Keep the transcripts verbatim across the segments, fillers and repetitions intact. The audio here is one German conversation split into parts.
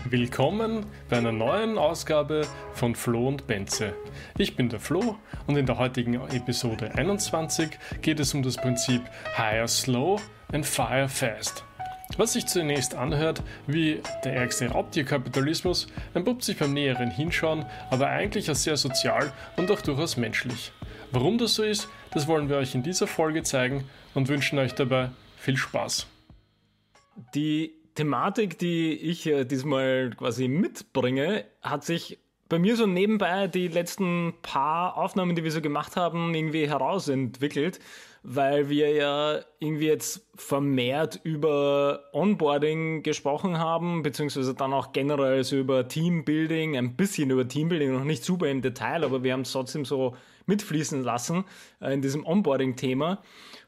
Willkommen bei einer neuen Ausgabe von Flo und Benze. Ich bin der Flo und in der heutigen Episode einundzwanzig geht es um das Prinzip Hire Slow and Fire Fast. Was sich zunächst anhört wie der ärgste Raubtierkapitalismus, entpuppt sich beim näheren Hinschauen aber eigentlich als sehr sozial und auch durchaus menschlich. Warum das so ist, das wollen wir euch in dieser Folge zeigen und wünschen euch dabei viel Spaß. Die Thematik, die ich äh, diesmal quasi mitbringe, hat sich bei mir so nebenbei die letzten paar Aufnahmen, die wir so gemacht haben, irgendwie herausentwickelt, weil wir ja irgendwie jetzt vermehrt über Onboarding gesprochen haben, beziehungsweise dann auch generell so über Teambuilding, ein bisschen über Teambuilding, noch nicht super im Detail, aber wir haben es trotzdem so mitfließen lassen äh, in diesem Onboarding-Thema.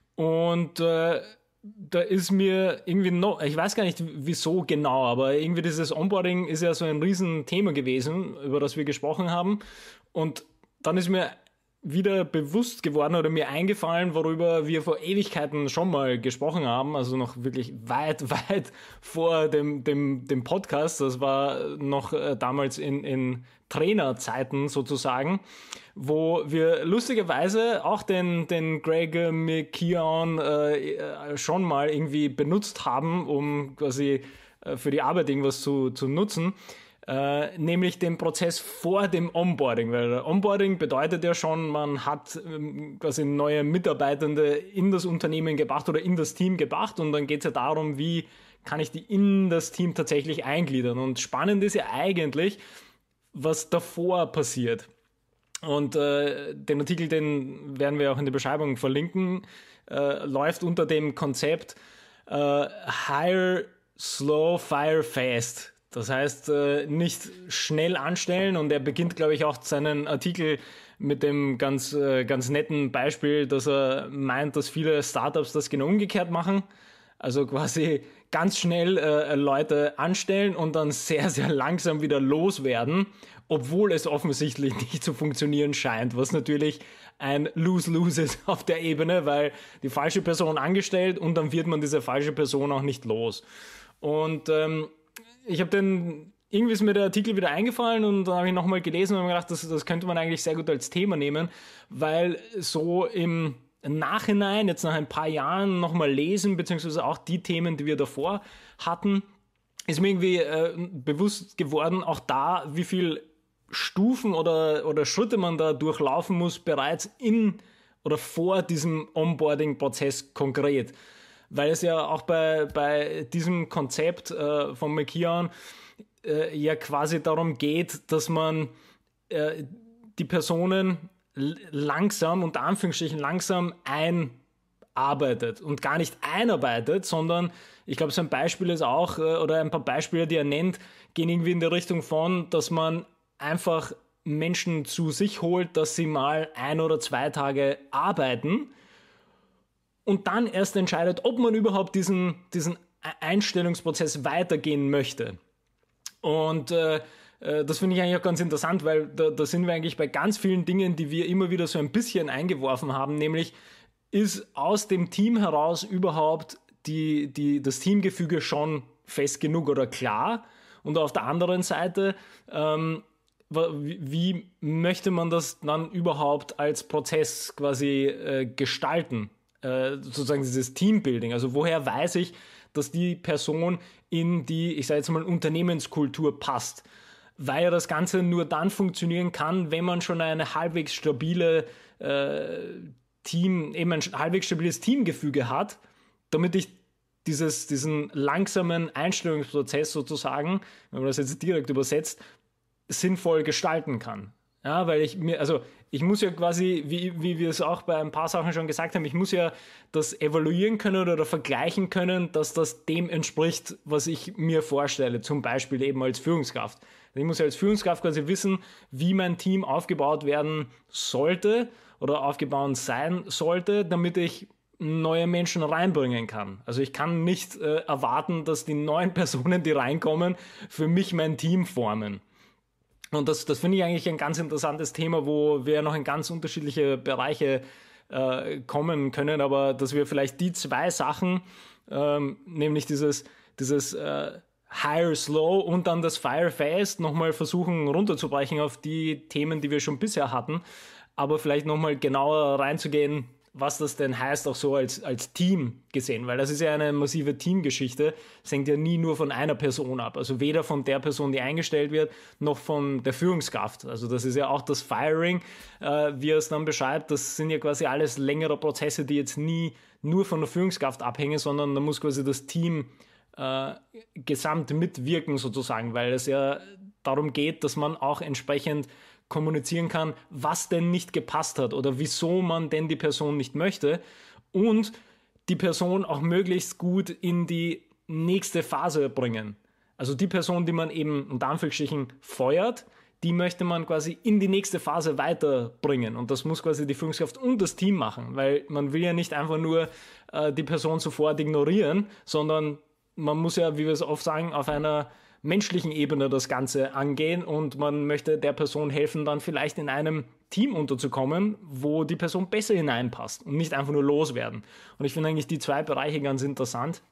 Und äh, da ist mir irgendwie noch, ich weiß gar nicht wieso genau, aber irgendwie dieses Onboarding ist ja so ein Riesenthema gewesen, über das wir gesprochen haben. Und dann ist mir wieder bewusst geworden oder mir eingefallen, worüber wir vor Ewigkeiten schon mal gesprochen haben, also noch wirklich weit, weit vor dem, dem, dem Podcast. Das war noch äh, damals in, in Trainerzeiten sozusagen, wo wir lustigerweise auch den, den Greg McKeown äh, schon mal irgendwie benutzt haben, um quasi äh, für die Arbeit irgendwas zu, zu nutzen. Äh, nämlich den Prozess vor dem Onboarding, weil Onboarding bedeutet ja schon, man hat ähm, quasi neue Mitarbeitende in das Unternehmen gebracht oder in das Team gebracht und dann geht es ja darum, wie kann ich die in das Team tatsächlich eingliedern. Und spannend ist ja eigentlich, was davor passiert. Und äh, den Artikel, den werden wir auch in der Beschreibung verlinken, äh, läuft unter dem Konzept äh, Hire Slow, Fire Fast. Das heißt, äh, nicht schnell anstellen, und er beginnt, glaube ich, auch seinen Artikel mit dem ganz äh, ganz netten Beispiel, dass er meint, dass viele Startups das genau umgekehrt machen. Also quasi ganz schnell äh, Leute anstellen und dann sehr, sehr langsam wieder loswerden, obwohl es offensichtlich nicht zu funktionieren scheint, was natürlich ein Lose-Lose ist auf der Ebene, weil die falsche Person angestellt und dann wird man diese falsche Person auch nicht los. Und ähm, ich habe dann, irgendwie ist mir der Artikel wieder eingefallen und dann habe ich nochmal gelesen und habe gedacht, das, das könnte man eigentlich sehr gut als Thema nehmen, weil so im Nachhinein, jetzt nach ein paar Jahren nochmal lesen, beziehungsweise auch die Themen, die wir davor hatten, ist mir irgendwie äh, bewusst geworden, auch da, wie viel Stufen oder, oder Schritte man da durchlaufen muss, bereits in oder vor diesem Onboarding-Prozess konkret. Weil es ja auch bei, bei diesem Konzept äh, von McKeown äh, ja quasi darum geht, dass man äh, die Personen langsam, unter Anführungsstrichen langsam einarbeitet und gar nicht einarbeitet, sondern ich glaube, so ein Beispiel ist auch, oder ein paar Beispiele, die er nennt, gehen irgendwie in die Richtung von, dass man einfach Menschen zu sich holt, dass sie mal ein oder zwei Tage arbeiten und dann erst entscheidet, ob man überhaupt diesen, diesen Einstellungsprozess weitergehen möchte. Und äh, das finde ich eigentlich auch ganz interessant, weil da, da sind wir eigentlich bei ganz vielen Dingen, die wir immer wieder so ein bisschen eingeworfen haben, nämlich ist aus dem Team heraus überhaupt die, die, das Teamgefüge schon fest genug oder klar? Und auf der anderen Seite, ähm, wie, wie möchte man das dann überhaupt als Prozess quasi äh, gestalten? Äh, sozusagen dieses Teambuilding. Also woher weiß ich, dass die Person in die, ich sage jetzt mal, Unternehmenskultur passt? Weil ja das Ganze nur dann funktionieren kann, wenn man schon eine halbwegs stabile äh, Team, eben ein halbwegs stabiles Teamgefüge hat, damit ich dieses, diesen langsamen Einstellungsprozess sozusagen, wenn man das jetzt direkt übersetzt, sinnvoll gestalten kann. Ja, weil ich mir, also ich muss ja quasi, wie, wie wir es auch bei ein paar Sachen schon gesagt haben, ich muss ja das evaluieren können oder vergleichen können, dass das dem entspricht, was ich mir vorstelle, zum Beispiel eben als Führungskraft. Ich muss ja als Führungskraft quasi wissen, wie mein Team aufgebaut werden sollte oder aufgebaut sein sollte, damit ich neue Menschen reinbringen kann. Also ich kann nicht äh, erwarten, dass die neuen Personen, die reinkommen, für mich mein Team formen. Und das, das finde ich eigentlich ein ganz interessantes Thema, wo wir noch in ganz unterschiedliche Bereiche äh, kommen können, aber dass wir vielleicht die zwei Sachen, ähm, nämlich dieses, dieses äh, Hire Slow und dann das Fire Fast nochmal versuchen runterzubrechen auf die Themen, die wir schon bisher hatten, aber vielleicht nochmal genauer reinzugehen, was das denn heißt, auch so als, als Team gesehen, weil das ist ja eine massive Teamgeschichte. Es hängt ja nie nur von einer Person ab, also weder von der Person, die eingestellt wird, noch von der Führungskraft. Also das ist ja auch das Firing, äh, wie er es dann beschreibt, das sind ja quasi alles längere Prozesse, die jetzt nie nur von der Führungskraft abhängen, sondern da muss quasi das Team äh, gesamt mitwirken sozusagen, weil es ja darum geht, dass man auch entsprechend kommunizieren kann, was denn nicht gepasst hat oder wieso man denn die Person nicht möchte und die Person auch möglichst gut in die nächste Phase bringen. Also die Person, die man eben unter Anführungsstrichen feuert, die möchte man quasi in die nächste Phase weiterbringen und das muss quasi die Führungskraft und das Team machen, weil man will ja nicht einfach nur äh, die Person sofort ignorieren, sondern man muss ja, wie wir es oft sagen, auf einer menschlichen Ebene das Ganze angehen und man möchte der Person helfen, dann vielleicht in einem Team unterzukommen, wo die Person besser hineinpasst und nicht einfach nur loswerden. Und ich finde eigentlich die zwei Bereiche ganz interessant,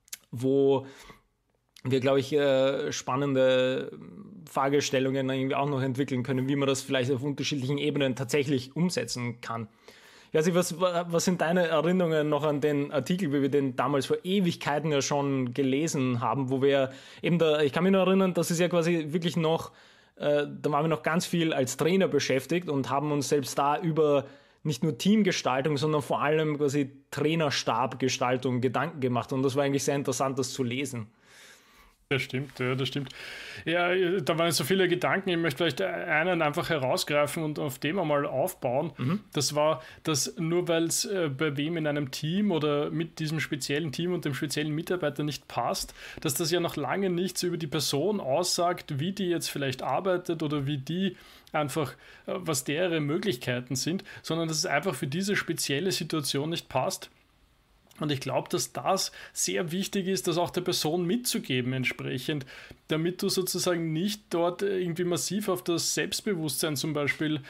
wo wir, glaube ich, spannende Fragestellungen irgendwie auch noch entwickeln können, wie man das vielleicht auf unterschiedlichen Ebenen tatsächlich umsetzen kann. Ich weiß nicht, was, was sind deine Erinnerungen noch an den Artikel, wie wir den damals vor Ewigkeiten ja schon gelesen haben, wo wir eben da, ich kann mich noch erinnern, das ist ja quasi wirklich noch, äh, da waren wir noch ganz viel als Trainer beschäftigt und haben uns selbst da über nicht nur Teamgestaltung, sondern vor allem quasi Trainerstabgestaltung Gedanken gemacht und das war eigentlich sehr interessant, das zu lesen. Das stimmt, ja, das stimmt. Ja, da waren so viele Gedanken, ich möchte vielleicht einen einfach herausgreifen und auf dem einmal aufbauen. Mhm. Das war, dass nur weil es äh, bei wem in einem Team oder mit diesem speziellen Team und dem speziellen Mitarbeiter nicht passt, dass das ja noch lange nichts über die Person aussagt, wie die jetzt vielleicht arbeitet oder wie die einfach, äh, was deren Möglichkeiten sind, sondern dass es einfach für diese spezielle Situation nicht passt. Und ich glaube, dass das sehr wichtig ist, das auch der Person mitzugeben entsprechend, damit du sozusagen nicht dort irgendwie massiv auf das Selbstbewusstsein zum Beispiel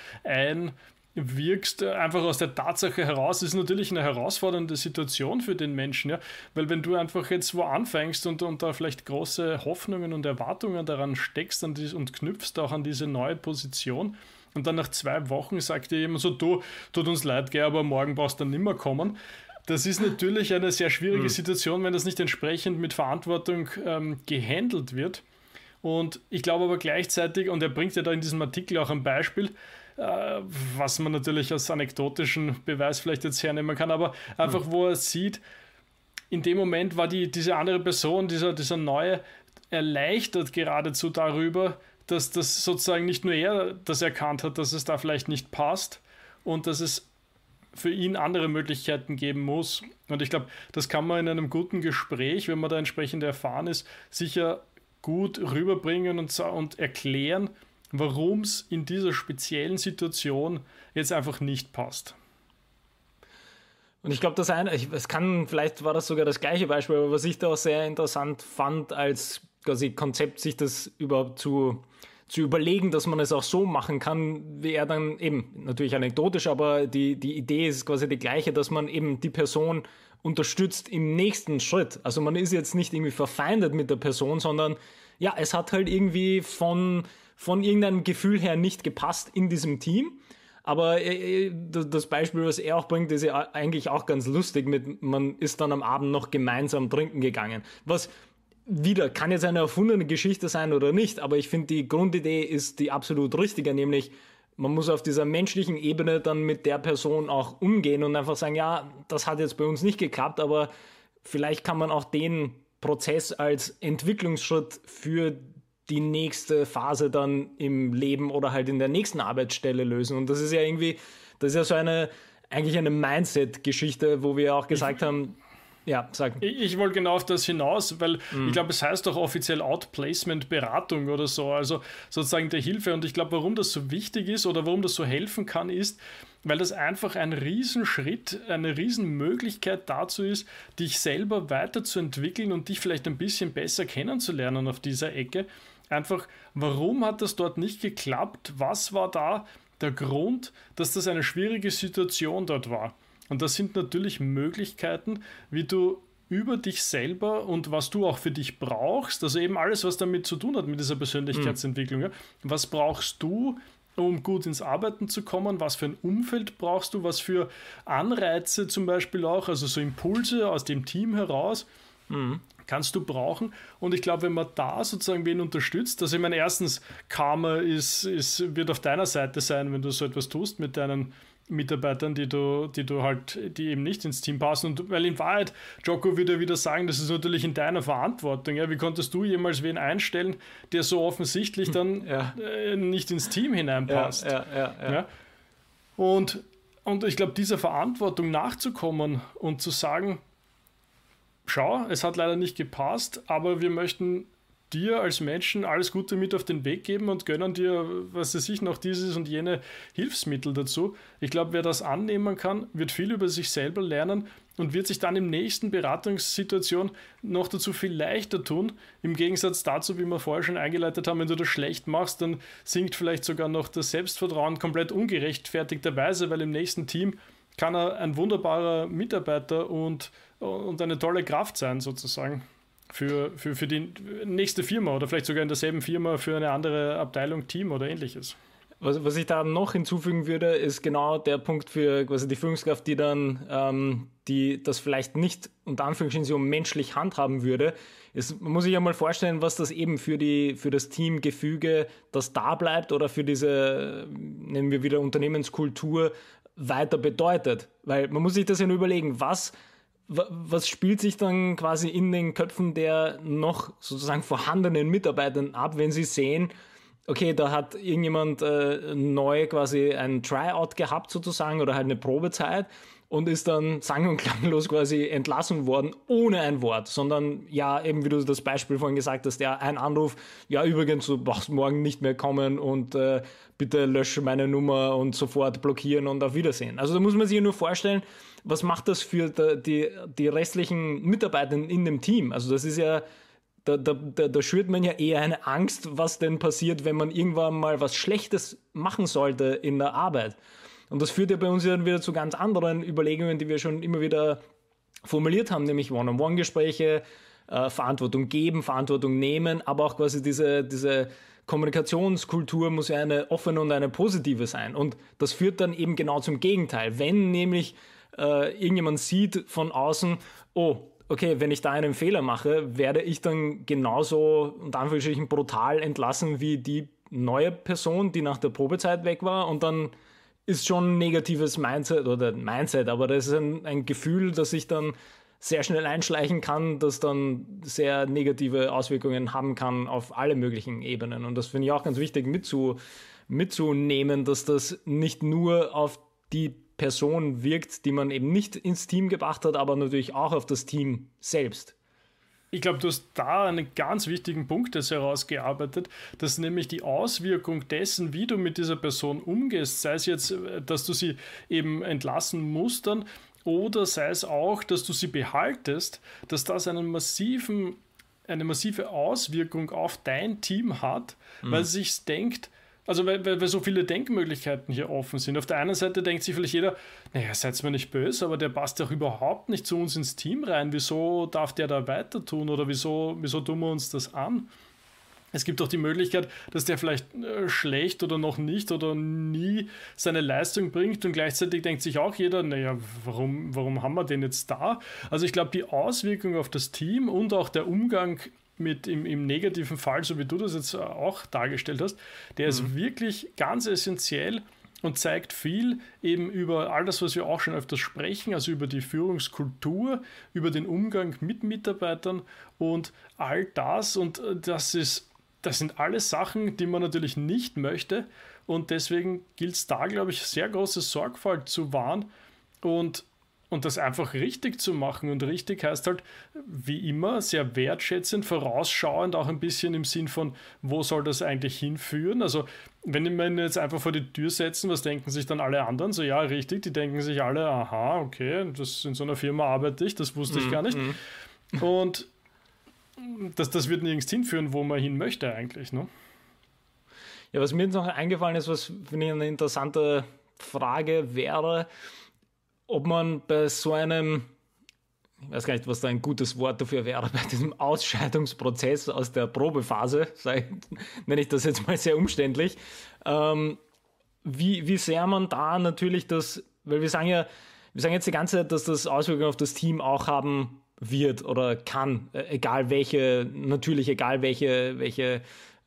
einwirkst, einfach aus der Tatsache heraus. Das ist natürlich eine herausfordernde Situation für den Menschen, ja? Weil wenn du einfach jetzt wo anfängst und, und da vielleicht große Hoffnungen und Erwartungen daran steckst und, und knüpfst auch an diese neue Position, und dann nach zwei Wochen sagt dir jemand so, du, tut uns leid, gell, aber morgen brauchst du dann nimmer kommen. Das ist natürlich eine sehr schwierige Situation, wenn das nicht entsprechend mit Verantwortung ähm, gehandelt wird. Und ich glaube aber gleichzeitig, und er bringt ja da in diesem Artikel auch ein Beispiel, äh, was man natürlich als anekdotischen Beweis vielleicht jetzt hernehmen kann, aber einfach, wo er sieht, in dem Moment war die, diese andere Person, dieser, dieser Neue, erleichtert geradezu darüber, dass das sozusagen nicht nur er das erkannt hat, dass es da vielleicht nicht passt und dass es für ihn andere Möglichkeiten geben muss. Und ich glaube, das kann man in einem guten Gespräch, wenn man da entsprechend erfahren ist, sicher gut rüberbringen und, und erklären, warum es in dieser speziellen Situation jetzt einfach nicht passt. Und ich glaube, das eine, ich, es kann, vielleicht war das sogar das gleiche Beispiel, aber was ich da auch sehr interessant fand, als quasi Konzept, sich das überhaupt zu zu überlegen, dass man es auch so machen kann, wie er dann eben, natürlich anekdotisch, aber die, die Idee ist quasi die gleiche, dass man eben die Person unterstützt im nächsten Schritt. Also man ist jetzt nicht irgendwie verfeindet mit der Person, sondern ja, es hat halt irgendwie von, von irgendeinem Gefühl her nicht gepasst in diesem Team. Aber äh, das Beispiel, was er auch bringt, ist ja eigentlich auch ganz lustig mit, man ist dann am Abend noch gemeinsam trinken gegangen. Was wieder, kann jetzt eine erfundene Geschichte sein oder nicht, aber ich finde, die Grundidee ist die absolut richtige, nämlich man muss auf dieser menschlichen Ebene dann mit der Person auch umgehen und einfach sagen, ja, das hat jetzt bei uns nicht geklappt, aber vielleicht kann man auch den Prozess als Entwicklungsschritt für die nächste Phase dann im Leben oder halt in der nächsten Arbeitsstelle lösen. Und das ist ja irgendwie, das ist ja so eine, eigentlich eine Mindset-Geschichte, wo wir auch gesagt haben, ja, sag. Ich, ich wollte genau auf das hinaus, weil mhm. ich glaube, es heißt doch offiziell Outplacement-Beratung oder so, also sozusagen der Hilfe. Und ich glaube, warum das so wichtig ist oder warum das so helfen kann, ist, weil das einfach ein Riesenschritt, eine Riesenmöglichkeit dazu ist, dich selber weiterzuentwickeln und dich vielleicht ein bisschen besser kennenzulernen auf dieser Ecke. Einfach, warum hat das dort nicht geklappt? Was war da der Grund, dass das eine schwierige Situation dort war? Und das sind natürlich Möglichkeiten, wie du über dich selber und was du auch für dich brauchst, also eben alles, was damit zu tun hat, mit dieser Persönlichkeitsentwicklung. Mhm. Ja? Was brauchst du, um gut ins Arbeiten zu kommen? Was für ein Umfeld brauchst du? Was für Anreize zum Beispiel auch, also so Impulse aus dem Team heraus, mhm. kannst du brauchen. Und ich glaube, wenn man da sozusagen wen unterstützt, also ich meine, erstens, Karma ist, ist, wird auf deiner Seite sein, wenn du so etwas tust mit deinen Mitarbeitern, die du, die du halt, die eben nicht ins Team passen. Und weil in Wahrheit, Jocko würde wieder sagen, das ist natürlich in deiner Verantwortung. Ja? Wie konntest du jemals wen einstellen, der so offensichtlich dann ja. äh, nicht ins Team hineinpasst? Ja, ja, ja, ja. Ja? Und, und ich glaube, dieser Verantwortung nachzukommen und zu sagen, schau, es hat leider nicht gepasst, aber wir möchten dir als Menschen alles Gute mit auf den Weg geben und gönnen dir, was weiß ich, noch dieses und jene Hilfsmittel dazu. Ich glaube, wer das annehmen kann, wird viel über sich selber lernen und wird sich dann im nächsten Beratungssituation noch dazu viel leichter tun. Im Gegensatz dazu, wie wir vorher schon eingeleitet haben, wenn du das schlecht machst, dann sinkt vielleicht sogar noch das Selbstvertrauen komplett ungerechtfertigterweise, weil im nächsten Team kann er ein wunderbarer Mitarbeiter und, und eine tolle Kraft sein, sozusagen. Für, für, für die nächste Firma oder vielleicht sogar in derselben Firma für eine andere Abteilung, Team oder ähnliches. Was, was ich da noch hinzufügen würde, ist genau der Punkt für quasi die Führungskraft, die dann ähm, die das vielleicht nicht unter Anführungsstrichen so menschlich handhaben würde. Ist, man muss sich ja mal vorstellen, was das eben für, die, für das Teamgefüge, das da bleibt oder für diese, nennen wir wieder Unternehmenskultur, weiter bedeutet. Weil man muss sich das ja nur überlegen, was Was spielt sich dann quasi in den Köpfen der noch sozusagen vorhandenen Mitarbeitern ab, wenn sie sehen, okay, da hat irgendjemand äh, neu quasi ein Tryout gehabt sozusagen oder halt eine Probezeit und ist dann sang- und klanglos quasi entlassen worden, ohne ein Wort, sondern ja, eben wie du das Beispiel vorhin gesagt hast, ja, ein Anruf, ja, übrigens, du brauchst morgen nicht mehr kommen und äh, bitte lösche meine Nummer und sofort blockieren und auf Wiedersehen. Also da muss man sich ja nur vorstellen, was macht das für die, die restlichen Mitarbeiter in dem Team? Also das ist ja, da, da, da, da schürt man ja eher eine Angst, was denn passiert, wenn man irgendwann mal was Schlechtes machen sollte in der Arbeit. Und das führt ja bei uns dann wieder zu ganz anderen Überlegungen, die wir schon immer wieder formuliert haben, nämlich One-on-One-Gespräche, äh, Verantwortung geben, Verantwortung nehmen, aber auch quasi diese, diese Kommunikationskultur muss ja eine offene und eine positive sein. Und das führt dann eben genau zum Gegenteil. Wenn nämlich äh, irgendjemand sieht von außen, oh, okay, wenn ich da einen Fehler mache, werde ich dann genauso unter Anführungsstrichen brutal entlassen wie die neue Person, die nach der Probezeit weg war, und dann ist schon ein negatives Mindset oder Mindset, aber das ist ein, ein Gefühl, das sich dann sehr schnell einschleichen kann, das dann sehr negative Auswirkungen haben kann auf alle möglichen Ebenen. Und das finde ich auch ganz wichtig mitzu, mitzunehmen, dass das nicht nur auf die Person wirkt, die man eben nicht ins Team gebracht hat, aber natürlich auch auf das Team selbst. Ich glaube, du hast da einen ganz wichtigen Punkt jetzt herausgearbeitet, dass nämlich die Auswirkung dessen, wie du mit dieser Person umgehst, sei es jetzt, dass du sie eben entlassen musst dann, oder sei es auch, dass du sie behaltest, dass das einen massiven, eine massive Auswirkung auf dein Team hat, mhm. weil sie sich denkt, also weil, weil, weil so viele Denkmöglichkeiten hier offen sind. Auf der einen Seite denkt sich vielleicht jeder, naja, seid mir nicht böse, aber der passt ja auch überhaupt nicht zu uns ins Team rein. Wieso darf der da weiter tun oder wieso, wieso tun wir uns das an? Es gibt auch die Möglichkeit, dass der vielleicht äh, schlecht oder noch nicht oder nie seine Leistung bringt, und gleichzeitig denkt sich auch jeder, naja, warum, warum haben wir den jetzt da? Also ich glaube, die Auswirkung auf das Team und auch der Umgang mit im, im negativen Fall, so wie du das jetzt auch dargestellt hast, der mhm. ist wirklich ganz essentiell und zeigt viel eben über all das, was wir auch schon öfters sprechen, also über die Führungskultur, über den Umgang mit Mitarbeitern und all das. Und das ist, das sind alles Sachen, die man natürlich nicht möchte, und deswegen gilt es da, glaube ich, sehr große Sorgfalt zu wahren und Und das einfach richtig zu machen. Und richtig heißt halt, wie immer, sehr wertschätzend, vorausschauend, auch ein bisschen im Sinn von, wo soll das eigentlich hinführen? Also, wenn wir ihn jetzt einfach vor die Tür setzen, was denken sich dann alle anderen? So, ja, richtig, die denken sich alle, aha, okay, das in so einer Firma arbeite ich, das wusste ich gar nicht. Mm-hmm. Und das, das wird nirgends hinführen, wo man hin möchte eigentlich, ne? Ja, was mir jetzt noch eingefallen ist, was finde ich eine interessante Frage wäre, ob man bei so einem, ich weiß gar nicht, was da ein gutes Wort dafür wäre, bei diesem Ausscheidungsprozess aus der Probephase, sei, nenne ich das jetzt mal sehr umständlich, ähm, wie, wie sehr man da natürlich das, weil wir sagen ja, wir sagen jetzt die ganze Zeit, dass das Auswirkungen auf das Team auch haben wird oder kann, egal welche, natürlich egal welche, welche,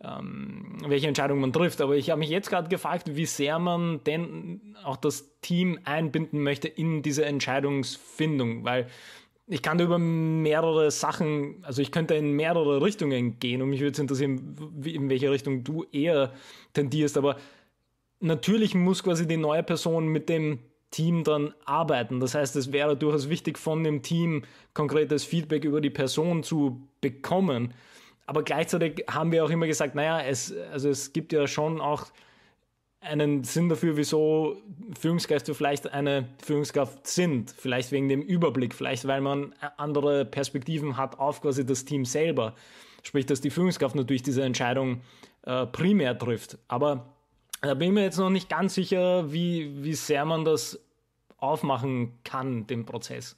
ähm, welche Entscheidung man trifft. Aber ich habe mich jetzt gerade gefragt, wie sehr man denn auch das Team einbinden möchte in diese Entscheidungsfindung, weil ich kann da über mehrere Sachen, also ich könnte in mehrere Richtungen gehen und mich würde es interessieren, in welche Richtung du eher tendierst, aber natürlich muss quasi die neue Person mit dem Team dann arbeiten. Das heißt, es wäre durchaus wichtig, von dem Team konkretes Feedback über die Person zu bekommen. Aber gleichzeitig haben wir auch immer gesagt, naja, es, also es gibt ja schon auch einen Sinn dafür, wieso Führungskräfte vielleicht eine Führungskraft sind. Vielleicht wegen dem Überblick, vielleicht weil man andere Perspektiven hat auf quasi das Team selber. Sprich, dass die Führungskraft natürlich diese Entscheidung äh, primär trifft. Aber da bin ich mir jetzt noch nicht ganz sicher, wie, wie sehr man das aufmachen kann, den Prozess.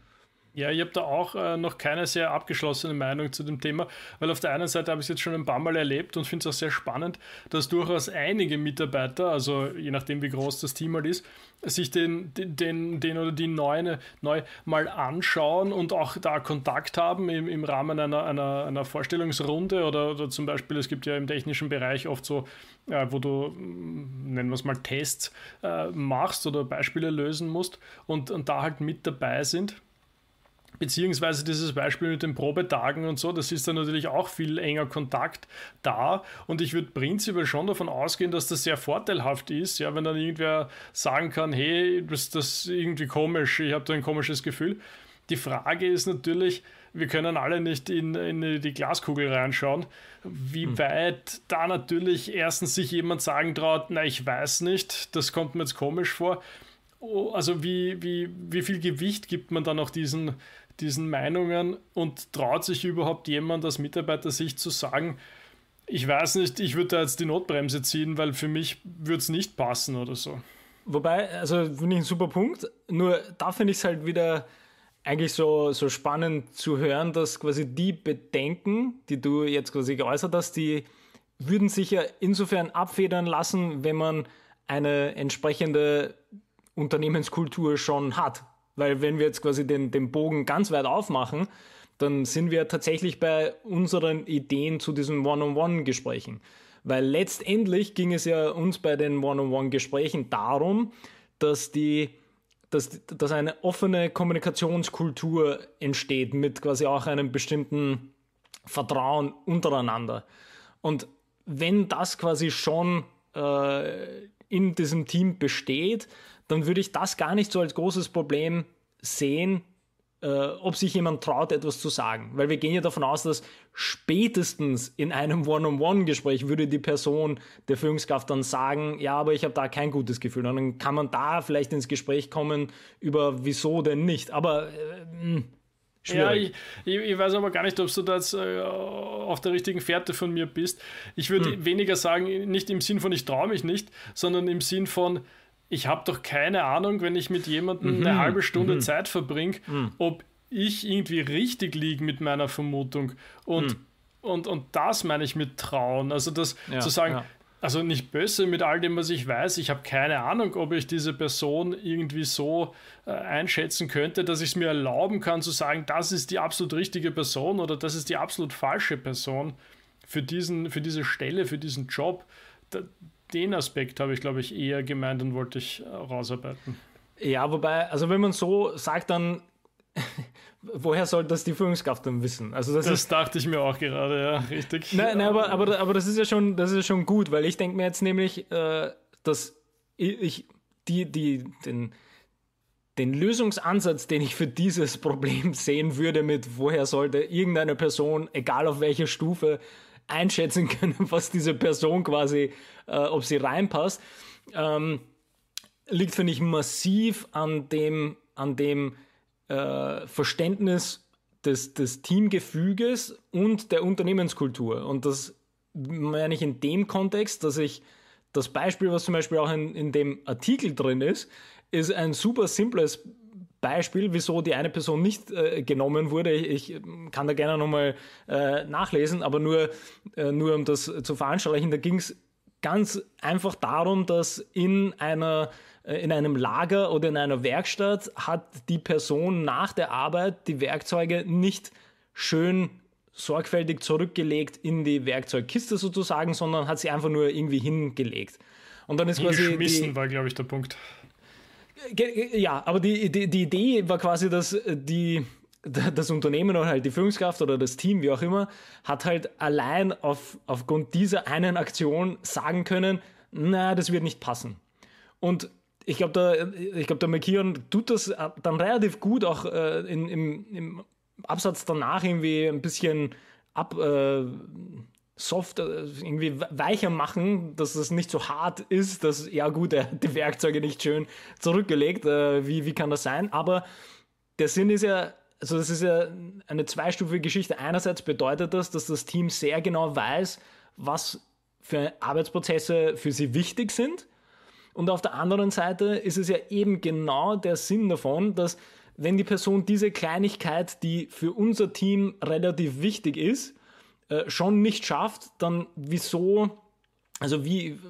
Ja, ich habe da auch äh, noch keine sehr abgeschlossene Meinung zu dem Thema, weil auf der einen Seite habe ich es jetzt schon ein paar Mal erlebt und finde es auch sehr spannend, dass durchaus einige Mitarbeiter, also je nachdem wie groß das Team halt ist, sich den, den, den oder die neue neu mal anschauen und auch da Kontakt haben im, im Rahmen einer, einer, einer Vorstellungsrunde oder, oder zum Beispiel, es gibt ja im technischen Bereich oft so, äh, wo du, nennen wir es mal, Tests äh, machst oder Beispiele lösen musst und, und da halt mit dabei sind. Beziehungsweise dieses Beispiel mit den Probetagen und so, das ist dann natürlich auch viel enger Kontakt da und ich würde prinzipiell schon davon ausgehen, dass das sehr vorteilhaft ist, ja, wenn dann irgendwer sagen kann, hey, das ist irgendwie komisch, ich habe da ein komisches Gefühl. Die Frage ist natürlich, wir können alle nicht in, in die Glaskugel reinschauen, wie hm. weit da natürlich erstens sich jemand sagen traut, na, ich weiß nicht, das kommt mir jetzt komisch vor. Oh, also wie, wie, wie viel Gewicht gibt man dann auch diesen, diesen Meinungen und traut sich überhaupt jemand als Mitarbeiter sich zu sagen, ich weiß nicht, ich würde da jetzt die Notbremse ziehen, weil für mich würde es nicht passen oder so. Wobei, also finde ich ein super Punkt, nur da finde ich es halt wieder eigentlich so, so spannend zu hören, dass quasi die Bedenken, die du jetzt quasi geäußert hast, die würden sich ja insofern abfedern lassen, wenn man eine entsprechende Unternehmenskultur schon hat. Weil wenn wir jetzt quasi den, den Bogen ganz weit aufmachen, dann sind wir tatsächlich bei unseren Ideen zu diesen One-on-One-Gesprächen. Weil letztendlich ging es ja uns bei den One-on-One-Gesprächen darum, dass, die, dass, dass eine offene Kommunikationskultur entsteht mit quasi auch einem bestimmten Vertrauen untereinander. Und wenn das quasi schon äh, in diesem Team besteht, dann würde ich das gar nicht so als großes Problem sehen, äh, ob sich jemand traut, etwas zu sagen. Weil wir gehen ja davon aus, dass spätestens in einem One-on-One-Gespräch würde die Person der Führungskraft dann sagen, ja, aber ich habe da kein gutes Gefühl. Und dann kann man da vielleicht ins Gespräch kommen über wieso denn nicht. Aber äh, schwierig. Ja, ich, ich weiß aber gar nicht, ob du da jetzt äh, auf der richtigen Fährte von mir bist. Ich würde hm. weniger sagen, nicht im Sinn von ich traue mich nicht, sondern im Sinn von ich habe doch keine Ahnung, wenn ich mit jemandem mhm. eine halbe Stunde mhm. Zeit verbringe, mhm. ob ich irgendwie richtig liege mit meiner Vermutung. Und, mhm. und, und das meine ich mit trauen. Also das ja, zu sagen, ja. also nicht böse mit all dem, was ich weiß. Ich habe keine Ahnung, ob ich diese Person irgendwie so äh, einschätzen könnte, dass ich es mir erlauben kann zu sagen, das ist die absolut richtige Person oder das ist die absolut falsche Person für, diesen, für diese Stelle, für diesen Job. Da, Den Aspekt habe ich, glaube ich, eher gemeint und wollte ich rausarbeiten. Ja, wobei, also wenn man so sagt, dann woher soll das die Führungskraft dann wissen? Also das, das ist, dachte ich mir auch gerade, ja, richtig. Nein, nein aber, aber, aber das ist ja schon, das ist ja schon gut, weil ich denke mir jetzt nämlich, äh, dass ich die, die, den, den Lösungsansatz, den ich für dieses Problem sehen würde, mit woher sollte irgendeine Person, egal auf welcher Stufe, einschätzen können, was diese Person quasi, äh, ob sie reinpasst, ähm, liegt, finde ich, massiv an dem, an dem äh, Verständnis des, des Teamgefüges und der Unternehmenskultur. Und das meine ich in dem Kontext, dass ich das Beispiel, was zum Beispiel auch in, in dem Artikel drin ist, ist ein super simples Beispiel, wieso die eine Person nicht äh, genommen wurde. Ich, ich kann da gerne nochmal äh, nachlesen, aber nur, äh, nur um das zu veranschaulichen, da ging es ganz einfach darum, dass in einer äh, in einem Lager oder in einer Werkstatt hat die Person nach der Arbeit die Werkzeuge nicht schön sorgfältig zurückgelegt in die Werkzeugkiste sozusagen, sondern hat sie einfach nur irgendwie hingelegt. Und dann ist quasi hingeschmissen die, war, glaube ich, der Punkt. Ja, aber die, die, die Idee war quasi, dass die, das Unternehmen oder halt die Führungskraft oder das Team, wie auch immer, hat halt allein auf, aufgrund dieser einen Aktion sagen können, na, das wird nicht passen. Und ich glaube, der, ich glaub, der McKeon tut das dann relativ gut, auch äh, in, im, im Absatz danach irgendwie ein bisschen ab... Äh, soft, irgendwie weicher machen, dass es nicht so hart ist, dass, ja gut, er hat die Werkzeuge nicht schön zurückgelegt, äh, wie, wie kann das sein? Aber der Sinn ist ja, also das ist ja eine zweistufige Geschichte. Einerseits bedeutet das, dass das Team sehr genau weiß, was für Arbeitsprozesse für sie wichtig sind. Und auf der anderen Seite ist es ja eben genau der Sinn davon, dass wenn die Person diese Kleinigkeit, die für unser Team relativ wichtig ist, schon nicht schafft, dann wieso, also wie,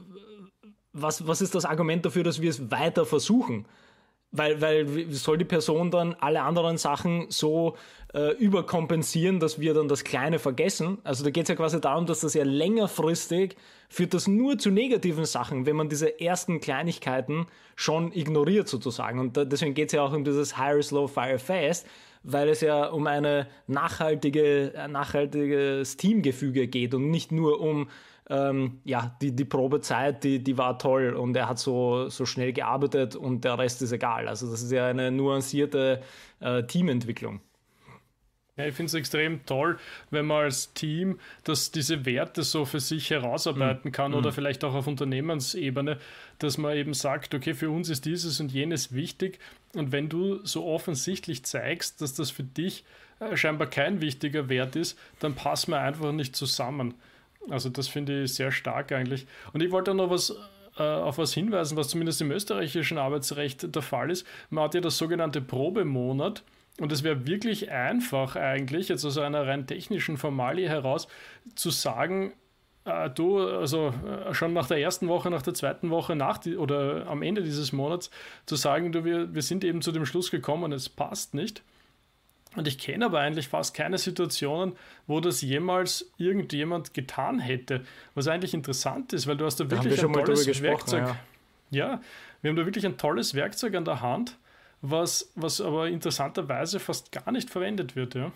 was, was ist das Argument dafür, dass wir es weiter versuchen? Weil, weil soll die Person dann alle anderen Sachen so äh, überkompensieren, dass wir dann das Kleine vergessen? Also da geht es ja quasi darum, dass das ja längerfristig führt das nur zu negativen Sachen, wenn man diese ersten Kleinigkeiten schon ignoriert sozusagen. Und da, deswegen geht es ja auch um dieses Hire Slow, Fire Fast, weil es ja um eine nachhaltige, ein nachhaltiges Teamgefüge geht und nicht nur um ähm, ja, die, die Probezeit, die, die war toll und er hat so, so schnell gearbeitet und der Rest ist egal. Also das ist ja eine nuancierte äh, Teamentwicklung. Ja, ich finde es extrem toll, wenn man als Team das, diese Werte so für sich herausarbeiten kann, mm. oder vielleicht auch auf Unternehmensebene, dass man eben sagt, okay, für uns ist dieses und jenes wichtig, und wenn du so offensichtlich zeigst, dass das für dich äh, scheinbar kein wichtiger Wert ist, dann passen wir einfach nicht zusammen. Also das finde ich sehr stark eigentlich. Und ich wollte noch was äh, auf was hinweisen, was zumindest im österreichischen Arbeitsrecht der Fall ist. Man hat ja das sogenannte Probemonat. Und es wäre wirklich einfach eigentlich, jetzt aus einer rein technischen Formalie heraus, zu sagen, äh, du, also äh, schon nach der ersten Woche, nach der zweiten Woche, nach die, oder am Ende dieses Monats, zu sagen, du, wir, wir sind eben zu dem Schluss gekommen, es passt nicht. Und ich kenne aber eigentlich fast keine Situationen, wo das jemals irgendjemand getan hätte. Was eigentlich interessant ist, weil du hast da wirklich da ein tolles Werkzeug. Ja. ja, wir haben da wirklich ein tolles Werkzeug an der Hand, Was, was aber interessanterweise fast gar nicht verwendet wird. Ja,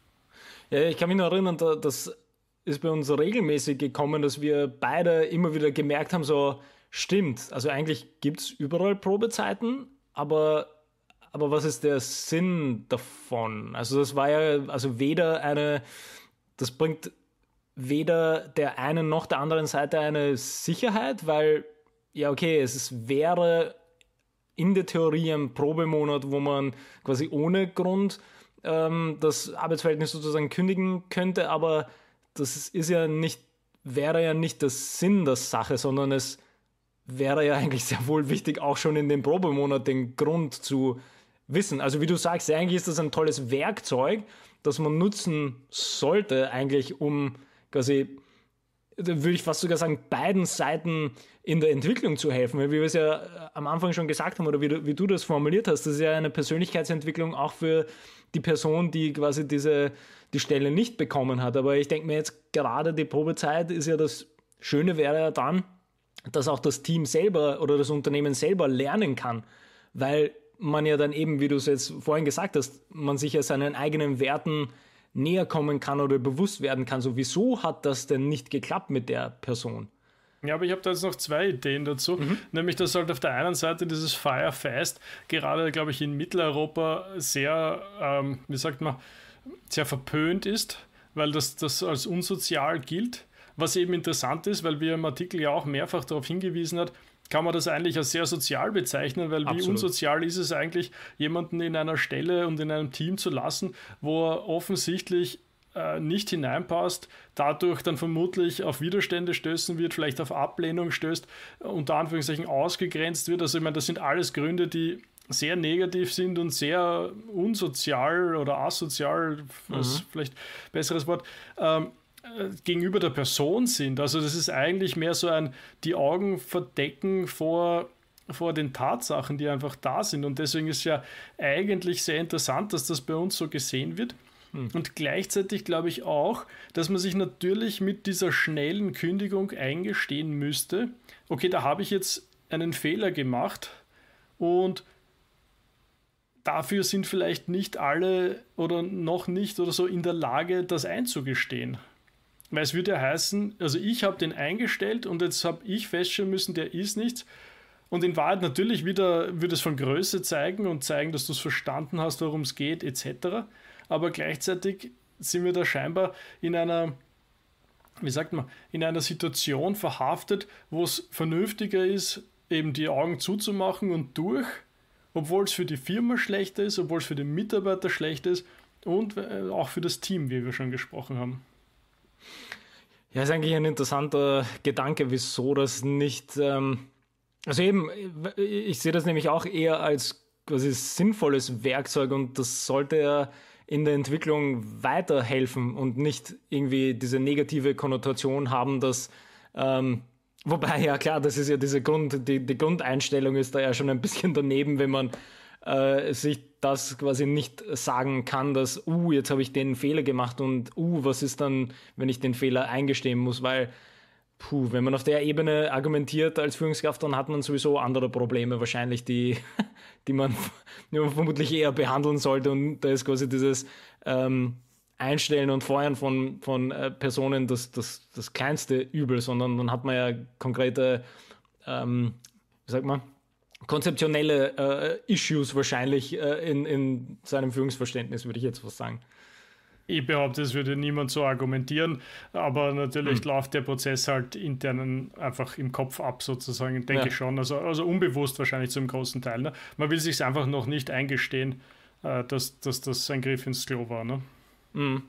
ja, ich kann mich noch erinnern, da, das ist bei uns regelmäßig gekommen, dass wir beide immer wieder gemerkt haben, so stimmt, also eigentlich gibt es überall Probezeiten, aber, aber was ist der Sinn davon? Also das war ja also weder eine, das bringt weder der einen noch der anderen Seite eine Sicherheit, weil ja okay, es ist, wäre in der Theorie ein Probemonat, wo man quasi ohne Grund ähm, das Arbeitsverhältnis sozusagen kündigen könnte, aber das ist ja nicht, wäre ja nicht der Sinn der Sache, sondern es wäre ja eigentlich sehr wohl wichtig, auch schon in dem Probemonat den Grund zu wissen. Also wie du sagst, eigentlich ist das ein tolles Werkzeug, das man nutzen sollte, eigentlich um quasi, würde ich fast sogar sagen, beiden Seiten in der Entwicklung zu helfen. Weil wie wir es ja am Anfang schon gesagt haben oder wie du, wie du das formuliert hast, das ist ja eine Persönlichkeitsentwicklung auch für die Person, die quasi diese, die Stelle nicht bekommen hat. Aber ich denke mir jetzt gerade die Probezeit ist ja das Schöne wäre ja dann, dass auch das Team selber oder das Unternehmen selber lernen kann, weil man ja dann eben, wie du es jetzt vorhin gesagt hast, man sich ja seinen eigenen Werten näher kommen kann oder bewusst werden kann. So, wieso hat das denn nicht geklappt mit der Person? Ja, aber ich habe da jetzt noch zwei Ideen dazu. Mhm. Nämlich, dass halt auf der einen Seite dieses Fire Fast gerade, glaube ich, in Mitteleuropa sehr, ähm, wie sagt man, sehr verpönt ist, weil das, das als unsozial gilt. Was eben interessant ist, weil wir im Artikel ja auch mehrfach darauf hingewiesen hat, kann man das eigentlich als sehr sozial bezeichnen, weil Absolut. Wie unsozial ist es eigentlich, jemanden in einer Stelle und in einem Team zu lassen, wo er offensichtlich äh, nicht hineinpasst, dadurch dann vermutlich auf Widerstände stößen wird, vielleicht auf Ablehnung stößt, unter Anführungszeichen ausgegrenzt wird. Also ich meine, das sind alles Gründe, die sehr negativ sind und sehr unsozial oder asozial, was mhm. vielleicht ein besseres Wort, ähm, gegenüber der Person sind. Also das ist eigentlich mehr so ein die Augen verdecken vor, vor den Tatsachen, die einfach da sind. Und deswegen ist ja eigentlich sehr interessant, dass das bei uns so gesehen wird. Hm. Und gleichzeitig glaube ich auch, dass man sich natürlich mit dieser schnellen Kündigung eingestehen müsste, okay, da habe ich jetzt einen Fehler gemacht und dafür sind vielleicht nicht alle oder noch nicht oder so in der Lage, das einzugestehen. Weil es würde ja heißen, also ich habe den eingestellt und jetzt habe ich feststellen müssen, der ist nichts. Und in Wahrheit natürlich wieder würde es von Größe zeigen und zeigen, dass du es verstanden hast, worum es geht, et cetera. Aber gleichzeitig sind wir da scheinbar in einer, wie sagt man, in einer Situation verhaftet, wo es vernünftiger ist, eben die Augen zuzumachen und durch, obwohl es für die Firma schlechter ist, obwohl es für den Mitarbeiter schlecht ist und auch für das Team, wie wir schon gesprochen haben. Ja, ist eigentlich ein interessanter Gedanke, wieso das nicht, ähm, also eben, ich sehe das nämlich auch eher als quasi sinnvolles Werkzeug und das sollte ja in der Entwicklung weiterhelfen und nicht irgendwie diese negative Konnotation haben, dass, ähm, wobei, ja klar, das ist ja diese Grund, die, die Grundeinstellung ist da ja schon ein bisschen daneben, wenn man äh, sich das quasi nicht sagen kann, dass, uh, jetzt habe ich den Fehler gemacht und, uh, was ist dann, wenn ich den Fehler eingestehen muss, weil, puh, wenn man auf der Ebene argumentiert als Führungskraft, dann hat man sowieso andere Probleme wahrscheinlich, die, die, man, die man vermutlich eher behandeln sollte und da ist quasi dieses ähm, Einstellen und Feuern von, von äh, Personen das, das, das kleinste Übel, sondern dann hat man ja konkrete, ähm, wie sagt man, konzeptionelle äh, Issues wahrscheinlich äh, in, in seinem Führungsverständnis, würde ich jetzt was sagen. Ich behaupte, es würde niemand so argumentieren, aber natürlich hm. läuft der Prozess halt intern einfach im Kopf ab, sozusagen, denke ja. ich schon. Also, also unbewusst wahrscheinlich zum großen Teil. Ne? Man will sich einfach noch nicht eingestehen, äh, dass, dass das ein Griff ins Klo war. Ne? Hm.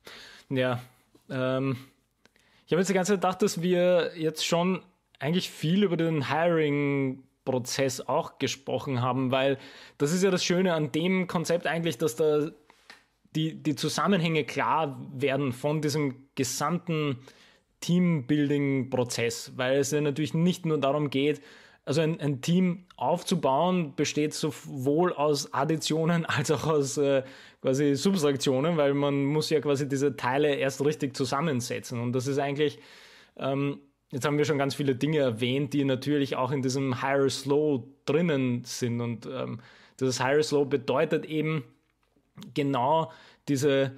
Ja, ähm, ich habe jetzt die ganze Zeit gedacht, dass wir jetzt schon eigentlich viel über den Hiring Prozess auch gesprochen haben, weil das ist ja das Schöne an dem Konzept eigentlich, dass da die, die Zusammenhänge klar werden von diesem gesamten Teambuilding-Prozess, weil es ja natürlich nicht nur darum geht, also ein, ein Team aufzubauen, besteht sowohl aus Additionen als auch aus äh, quasi Subtraktionen, weil man muss ja quasi diese Teile erst richtig zusammensetzen und das ist eigentlich ähm, jetzt haben wir schon ganz viele Dinge erwähnt, die natürlich auch in diesem Hire Slow drinnen sind. Und ähm, das Hire Slow bedeutet eben genau diese,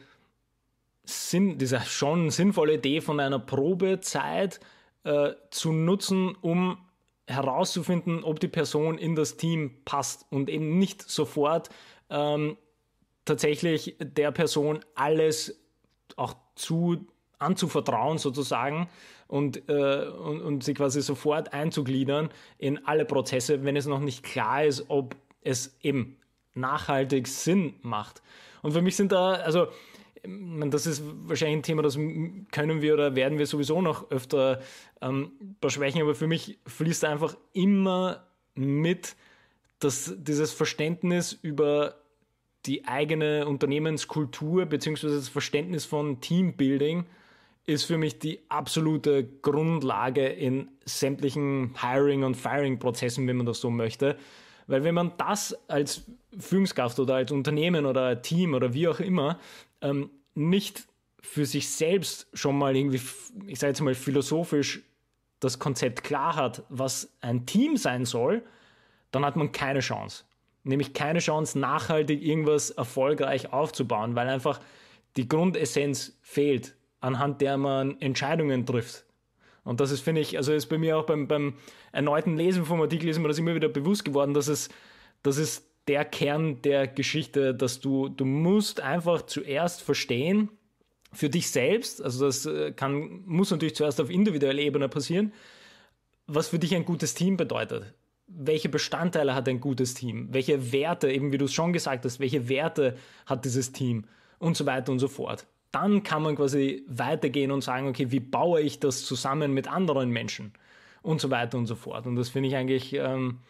Sinn, diese schon sinnvolle Idee von einer Probezeit äh, zu nutzen, um herauszufinden, ob die Person in das Team passt und eben nicht sofort ähm, tatsächlich der Person alles auch zu anzuvertrauen sozusagen und, äh, und, und sie quasi sofort einzugliedern in alle Prozesse, wenn es noch nicht klar ist, ob es eben nachhaltig Sinn macht. Und für mich sind da, also das ist wahrscheinlich ein Thema, das können wir oder werden wir sowieso noch öfter ähm, besprechen, aber für mich fließt einfach immer mit, dass dieses Verständnis über die eigene Unternehmenskultur beziehungsweise das Verständnis von Teambuilding ist für mich die absolute Grundlage in sämtlichen Hiring- und Firing-Prozessen, wenn man das so möchte. Weil wenn man das als Führungskraft oder als Unternehmen oder Team oder wie auch immer ähm, nicht für sich selbst schon mal irgendwie, ich sage jetzt mal philosophisch, das Konzept klar hat, was ein Team sein soll, dann hat man keine Chance. Nämlich keine Chance, nachhaltig irgendwas erfolgreich aufzubauen, weil einfach die Grundessenz fehlt, anhand der man Entscheidungen trifft. Und das ist, finde ich, also ist bei mir auch beim, beim erneuten Lesen vom Artikel ist mir das immer wieder bewusst geworden, dass es, das ist der Kern der Geschichte, dass du, du musst einfach zuerst verstehen, für dich selbst, also das kann, muss natürlich zuerst auf individueller Ebene passieren, was für dich ein gutes Team bedeutet. Welche Bestandteile hat ein gutes Team? Welche Werte, eben wie du es schon gesagt hast, welche Werte hat dieses Team? Und so weiter und so fort. Dann kann man quasi weitergehen und sagen, okay, wie baue ich das zusammen mit anderen Menschen? Und so weiter und so fort. Und das finde ich eigentlich ähm,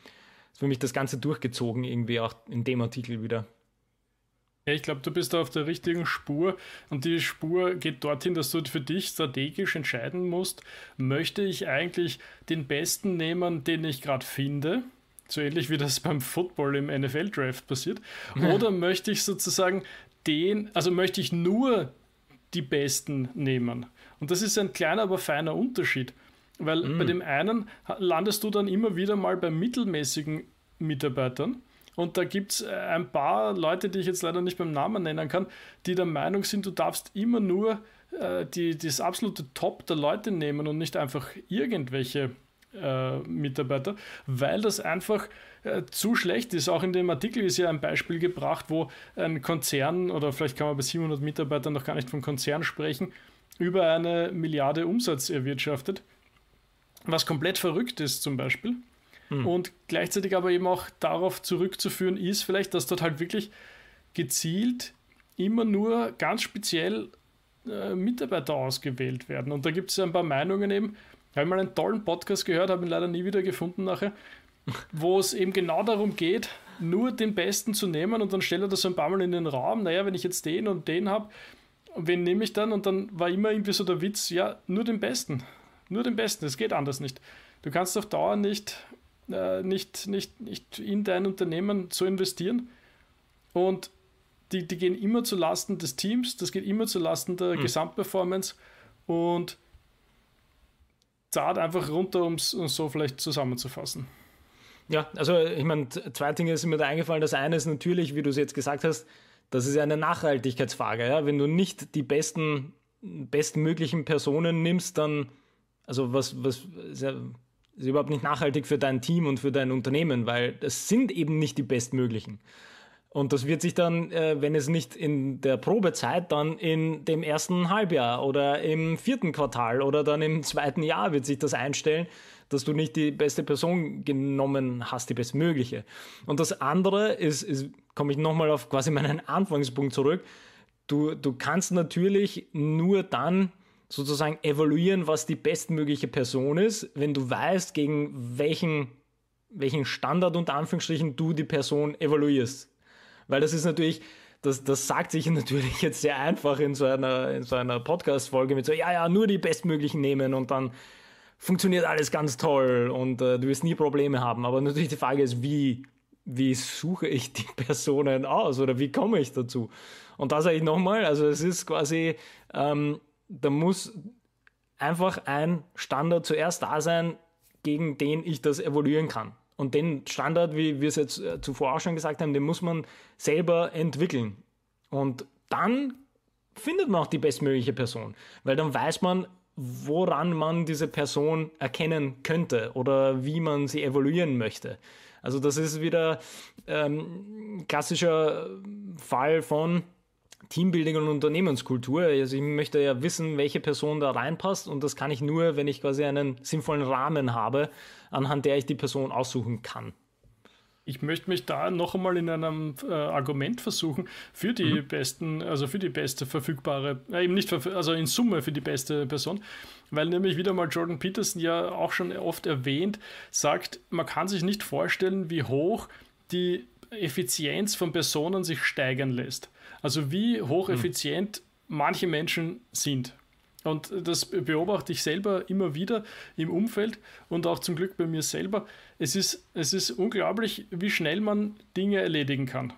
für mich das Ganze durchgezogen, irgendwie auch in dem Artikel wieder. Ja, ich glaube, du bist da auf der richtigen Spur und die Spur geht dorthin, dass du für dich strategisch entscheiden musst, möchte ich eigentlich den Besten nehmen, den ich gerade finde, so ähnlich wie das beim Football im N F L-Draft passiert, oder möchte ich sozusagen den, also möchte ich nur die Besten nehmen. Und das ist ein kleiner, aber feiner Unterschied, weil mm. bei dem einen landest du dann immer wieder mal bei mittelmäßigen Mitarbeitern. Und da gibt es ein paar Leute, die ich jetzt leider nicht beim Namen nennen kann, die der Meinung sind, du darfst immer nur äh, die, das absolute Top der Leute nehmen und nicht einfach irgendwelche äh, Mitarbeiter, weil das einfach äh, zu schlecht ist. Auch in dem Artikel ist ja ein Beispiel gebracht, wo ein Konzern, oder vielleicht kann man bei siebenhundert Mitarbeitern noch gar nicht vom Konzern sprechen, über eine Milliarde Umsatz erwirtschaftet, was komplett verrückt ist zum Beispiel. Und gleichzeitig aber eben auch darauf zurückzuführen ist vielleicht, dass dort halt wirklich gezielt immer nur ganz speziell äh, Mitarbeiter ausgewählt werden. Und da gibt es ein paar Meinungen eben. Ich habe mal einen tollen Podcast gehört, habe ihn leider nie wieder gefunden nachher, wo es eben genau darum geht, nur den Besten zu nehmen und dann stellt er das so ein paar Mal in den Raum. Naja, wenn ich jetzt den und den habe, wen nehme ich dann? Und dann war immer irgendwie so der Witz, ja, nur den Besten. Nur den Besten, es geht anders nicht. Du kannst auf Dauer nicht... Nicht, nicht, nicht in dein Unternehmen zu investieren und die, die gehen immer zu Lasten des Teams, das geht immer zu Lasten der mhm. Gesamtperformance und zahlt einfach runter, um es so vielleicht zusammenzufassen. Ja, also ich meine, zwei Dinge sind mir da eingefallen. Das eine ist natürlich, wie du es jetzt gesagt hast, das ist ja eine Nachhaltigkeitsfrage. Ja? Wenn du nicht die besten, bestmöglichen Personen nimmst, dann, also was, was ist ja ist überhaupt nicht nachhaltig für dein Team und für dein Unternehmen, weil es sind eben nicht die bestmöglichen. Und das wird sich dann, äh, wenn es nicht in der Probezeit, dann in dem ersten Halbjahr oder im vierten Quartal oder dann im zweiten Jahr wird sich das einstellen, dass du nicht die beste Person genommen hast, die bestmögliche. Und das andere ist, ist komme ich nochmal auf quasi meinen Anfangspunkt zurück, du, du kannst natürlich nur dann sozusagen evaluieren, was die bestmögliche Person ist, wenn du weißt, gegen welchen, welchen Standard unter Anführungsstrichen du die Person evaluierst. Weil das ist natürlich, das, das sagt sich natürlich jetzt sehr einfach in so einer, in so einer Podcast-Folge mit so, ja, ja, nur die bestmöglichen nehmen und dann funktioniert alles ganz toll und äh, du wirst nie Probleme haben. Aber natürlich die Frage ist, wie, wie suche ich die Personen aus oder wie komme ich dazu? Und da sage ich nochmal, also es ist quasi... Ähm, da muss einfach ein Standard zuerst da sein, gegen den ich das evaluieren kann. Und den Standard, wie wir es jetzt zuvor auch schon gesagt haben, den muss man selber entwickeln. Und dann findet man auch die bestmögliche Person, weil dann weiß man, woran man diese Person erkennen könnte oder wie man sie evaluieren möchte. Also das ist wieder ähm, klassischer Fall von Teambuilding und Unternehmenskultur. Also ich möchte ja wissen, welche Person da reinpasst und das kann ich nur, wenn ich quasi einen sinnvollen Rahmen habe, anhand der ich die Person aussuchen kann. Ich möchte mich da noch einmal in einem äh, Argument versuchen für die mhm. besten, also für die beste verfügbare, äh, eben nicht, also in Summe für die beste Person, weil nämlich wieder mal Jordan Peterson ja auch schon oft erwähnt, sagt, man kann sich nicht vorstellen, wie hoch die Effizienz von Personen sich steigern lässt. Also wie hocheffizient mhm. manche Menschen sind. Und das beobachte ich selber immer wieder im Umfeld und auch zum Glück bei mir selber. Es ist, es ist unglaublich, wie schnell man Dinge erledigen kann.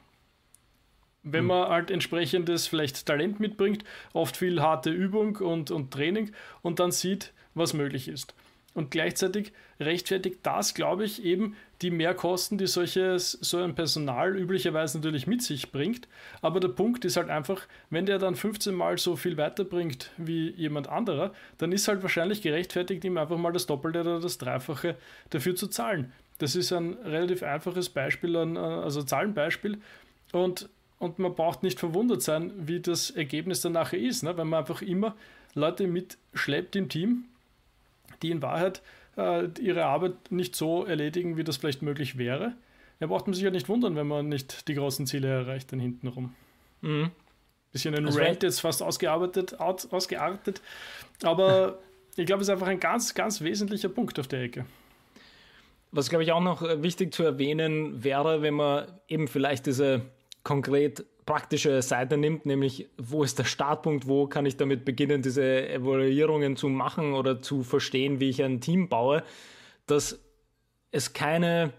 Wenn man halt entsprechendes vielleicht Talent mitbringt, oft viel harte Übung und, und Training und dann sieht, was möglich ist. Und gleichzeitig rechtfertigt das, glaube ich, eben die Mehrkosten, die solches, so ein Personal üblicherweise natürlich mit sich bringt. Aber der Punkt ist halt einfach, wenn der dann fünfzehn Mal so viel weiterbringt wie jemand anderer, dann ist halt wahrscheinlich gerechtfertigt, ihm einfach mal das Doppelte oder das Dreifache dafür zu zahlen. Das ist ein relativ einfaches Beispiel, also Zahlenbeispiel. Und, und man braucht nicht verwundert sein, wie das Ergebnis dann nachher ist, ne? Wenn man einfach immer Leute mitschleppt im Team, die in Wahrheit äh, ihre Arbeit nicht so erledigen, wie das vielleicht möglich wäre. Da braucht man sich ja nicht wundern, wenn man nicht die großen Ziele erreicht, dann hintenrum. Mhm. Bisschen ein Rant jetzt fast ausgearbeitet, aus, ausgeartet, aber ich glaube, es ist einfach ein ganz, ganz wesentlicher Punkt auf der Ecke. was glaube ich auch noch wichtig zu erwähnen wäre, wenn man eben vielleicht diese konkret praktische Seite nimmt, nämlich wo ist der Startpunkt, wo kann ich damit beginnen, diese Evaluierungen zu machen oder zu verstehen, wie ich ein Team baue, dass es keine,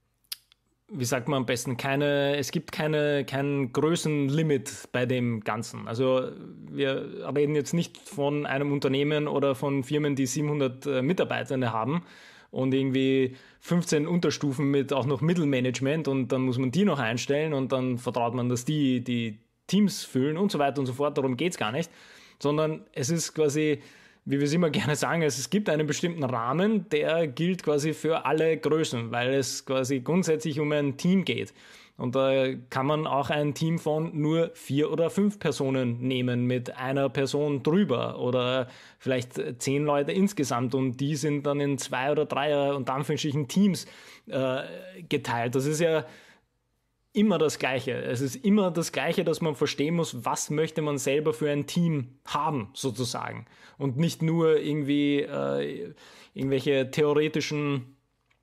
wie sagt man am besten, keine, es gibt keine, kein Größenlimit bei dem Ganzen. Also wir reden jetzt nicht von einem Unternehmen oder von Firmen, die siebenhundert äh, Mitarbeitende haben und irgendwie fünfzehn Unterstufen mit auch noch Mittelmanagement und dann muss man die noch einstellen und dann vertraut man, dass die die Teams füllen und so weiter und so fort. Darum geht es gar nicht, sondern es ist quasi, wie wir es immer gerne sagen, es gibt einen bestimmten Rahmen, der gilt quasi für alle Größen, weil es quasi grundsätzlich um ein Team geht. Und da kann man auch ein Team von nur vier oder fünf Personen nehmen mit einer Person drüber oder vielleicht zehn Leute insgesamt und die sind dann in zwei oder drei unter Anführungsstrichen Teams äh, geteilt. Das ist ja immer das Gleiche. Es ist immer das Gleiche, dass man verstehen muss, was möchte man selber für ein Team haben, sozusagen. Und nicht nur irgendwie äh, irgendwelche theoretischen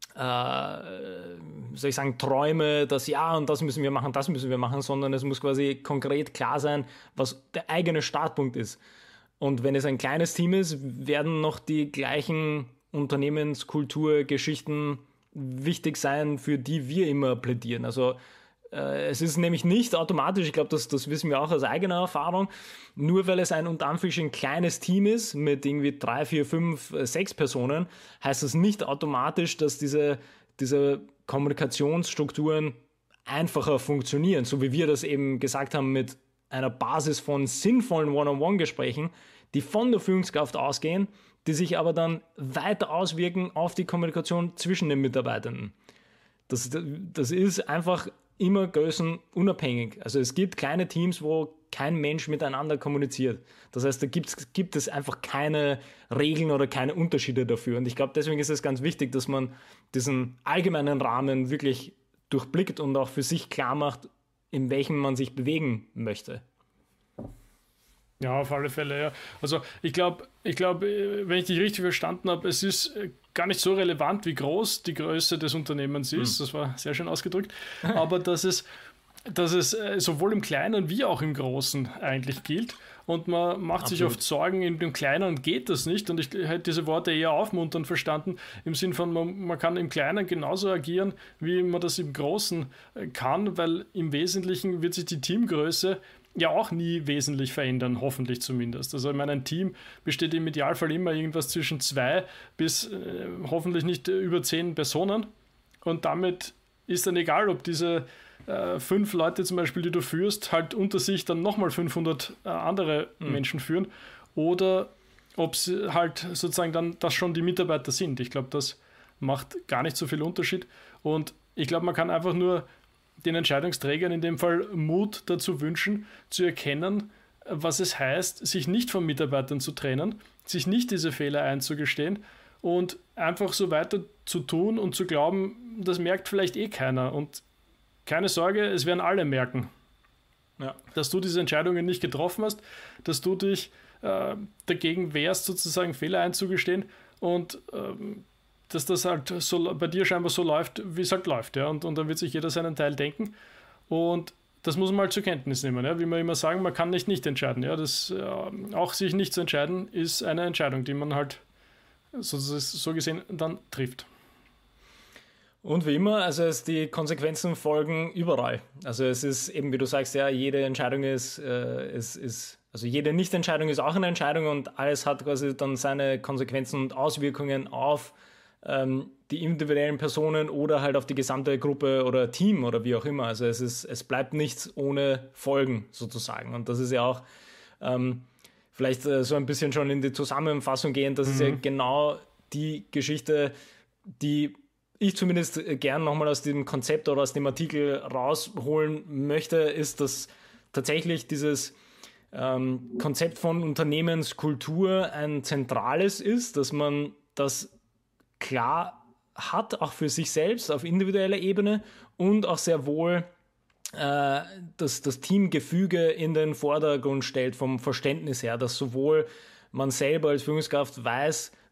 äh, soll ich sagen, Träume, dass ja und das müssen wir machen, das müssen wir machen, sondern es muss quasi konkret klar sein, was der eigene Startpunkt ist. Und wenn es ein kleines Team ist, werden noch die gleichen Unternehmenskulturgeschichten wichtig sein, für die wir immer plädieren. Also äh, es ist nämlich nicht automatisch, ich glaube, das, das wissen wir auch aus eigener Erfahrung, nur weil es ein unter Anführungsstrichen kleines Team ist mit irgendwie drei, vier, fünf, sechs Personen, heißt das nicht automatisch, dass diese, diese Kommunikationsstrukturen einfacher funktionieren, so wie wir das eben gesagt haben mit einer Basis von sinnvollen One-on-One-Gesprächen, die von der Führungskraft ausgehen, die sich aber dann weiter auswirken auf die Kommunikation zwischen den Mitarbeitenden. Das, das ist einfach immer größenunabhängig. Also es gibt kleine Teams, wo kein Mensch miteinander kommuniziert. Das heißt, da gibt's, gibt es einfach keine Regeln oder keine Unterschiede dafür. Und ich glaube, deswegen ist es ganz wichtig, dass man diesen allgemeinen Rahmen wirklich durchblickt und auch für sich klar macht, in welchem man sich bewegen möchte. Ja, auf alle Fälle, ja. Also ich glaube, ich glaub, wenn ich dich richtig verstanden habe, es ist gar nicht so relevant, wie groß die Größe des Unternehmens ist. Hm. Das war sehr schön ausgedrückt. Aber dass es, dass es sowohl im Kleinen wie auch im Großen eigentlich gilt. Und man macht Absolut. sich oft Sorgen, in dem Kleinen geht das nicht. Und ich hätte diese Worte eher aufmunternd verstanden, im Sinn von, man, man kann im Kleinen genauso agieren, wie man das im Großen kann, weil im Wesentlichen wird sich die Teamgröße ja auch nie wesentlich verändern, hoffentlich zumindest. Also ich meine, ein Team besteht im Idealfall immer irgendwas zwischen zwei bis äh, hoffentlich nicht über zehn Personen. Und damit ist dann egal, ob diese äh, fünf Leute zum Beispiel, die du führst, halt unter sich dann nochmal fünfhundert äh, andere mhm. Menschen führen oder ob sie halt sozusagen dann das schon die Mitarbeiter sind. Ich glaube, das macht gar nicht so viel Unterschied. Und ich glaube, man kann einfach nur den Entscheidungsträgern in dem Fall Mut dazu wünschen, zu erkennen, was es heißt, sich nicht von Mitarbeitern zu trennen, sich nicht diese Fehler einzugestehen und einfach so weiter zu tun und zu glauben, das merkt vielleicht eh keiner. Und keine Sorge, es werden alle merken, ja. dass du diese Entscheidungen nicht getroffen hast, dass du dich äh, dagegen wehrst, sozusagen Fehler einzugestehen und ähm, dass das halt so bei dir scheinbar so läuft, wie es halt läuft. Ja? Und, und dann wird sich jeder seinen Teil denken. Und das muss man mal zur Kenntnis nehmen. Ja? Wie wir immer sagen, man kann nicht nicht entscheiden. Ja? Das, äh, auch sich nicht zu entscheiden, ist eine Entscheidung, die man halt so, so gesehen dann trifft. Und wie immer, also es, die Konsequenzen folgen überall. Also es ist eben, wie du sagst, ja, jede Entscheidung ist, äh, ist, ist also jede Nichtentscheidung ist auch eine Entscheidung und alles hat quasi dann seine Konsequenzen und Auswirkungen auf die individuellen Personen oder halt auf die gesamte Gruppe oder Team oder wie auch immer. Also es ist, es bleibt nichts ohne Folgen sozusagen. Und das ist ja auch ähm, vielleicht äh, so ein bisschen schon in die Zusammenfassung gehend, das mhm. ist ja genau die Geschichte, die ich zumindest gern nochmal aus dem Konzept oder aus dem Artikel rausholen möchte, ist, dass tatsächlich dieses ähm, Konzept von Unternehmenskultur ein zentrales ist, dass man das klar hat, auch für sich selbst auf individueller Ebene und auch sehr wohl äh, das, das Teamgefüge in den Vordergrund stellt vom Verständnis her, dass sowohl man selber als Führungskraft weiß,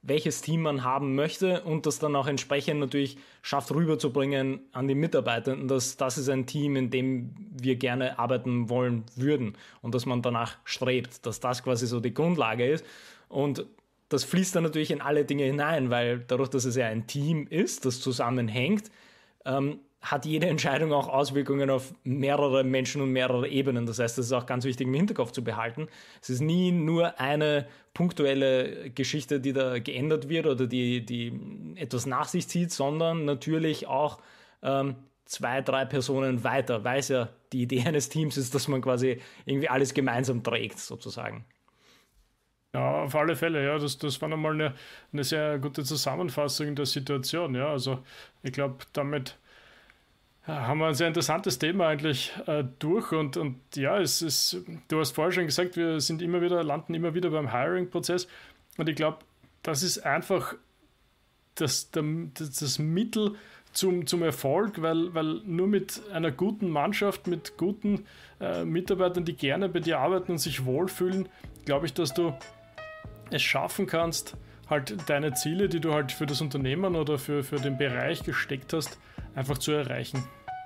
welches Team man haben möchte und das dann auch entsprechend natürlich schafft rüberzubringen an die Mitarbeitenden, dass das ist ein Team, in dem wir gerne arbeiten wollen würden und dass man danach strebt, dass das quasi so die Grundlage ist. Und das fließt dann natürlich in alle Dinge hinein, weil dadurch, dass es ja ein Team ist, das zusammenhängt, ähm, hat jede Entscheidung auch Auswirkungen auf mehrere Menschen und mehrere Ebenen. Das heißt, das ist auch ganz wichtig im Hinterkopf zu behalten. Es ist nie nur eine punktuelle Geschichte, die da geändert wird oder die, die etwas nach sich zieht, sondern natürlich auch ähm, zwei, drei Personen weiter, weil es ja die Idee eines Teams ist, dass man quasi irgendwie alles gemeinsam trägt, sozusagen. Ja, auf alle Fälle, ja, das, das war nochmal eine, eine sehr gute Zusammenfassung der Situation, ja, also ich glaube, damit ja, haben wir ein sehr interessantes Thema eigentlich äh, durch und, und ja, es ist, du hast vorher schon gesagt, wir sind immer wieder, landen immer wieder beim Hiring-Prozess und ich glaube, das ist einfach das, das, das Mittel zum, zum Erfolg, weil, weil nur mit einer guten Mannschaft, mit guten äh, Mitarbeitern, die gerne bei dir arbeiten und sich wohlfühlen, glaube ich, dass du es schaffen kannst, halt deine Ziele, die du halt für das Unternehmen oder für, für den Bereich gesteckt hast, einfach zu erreichen.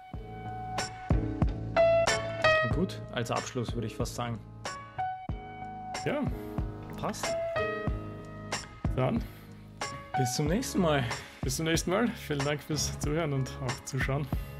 Gut, als Abschluss würde ich fast sagen. Ja, passt. Dann bis zum nächsten Mal. Bis zum nächsten Mal. Vielen Dank fürs Zuhören und auch Zuschauen.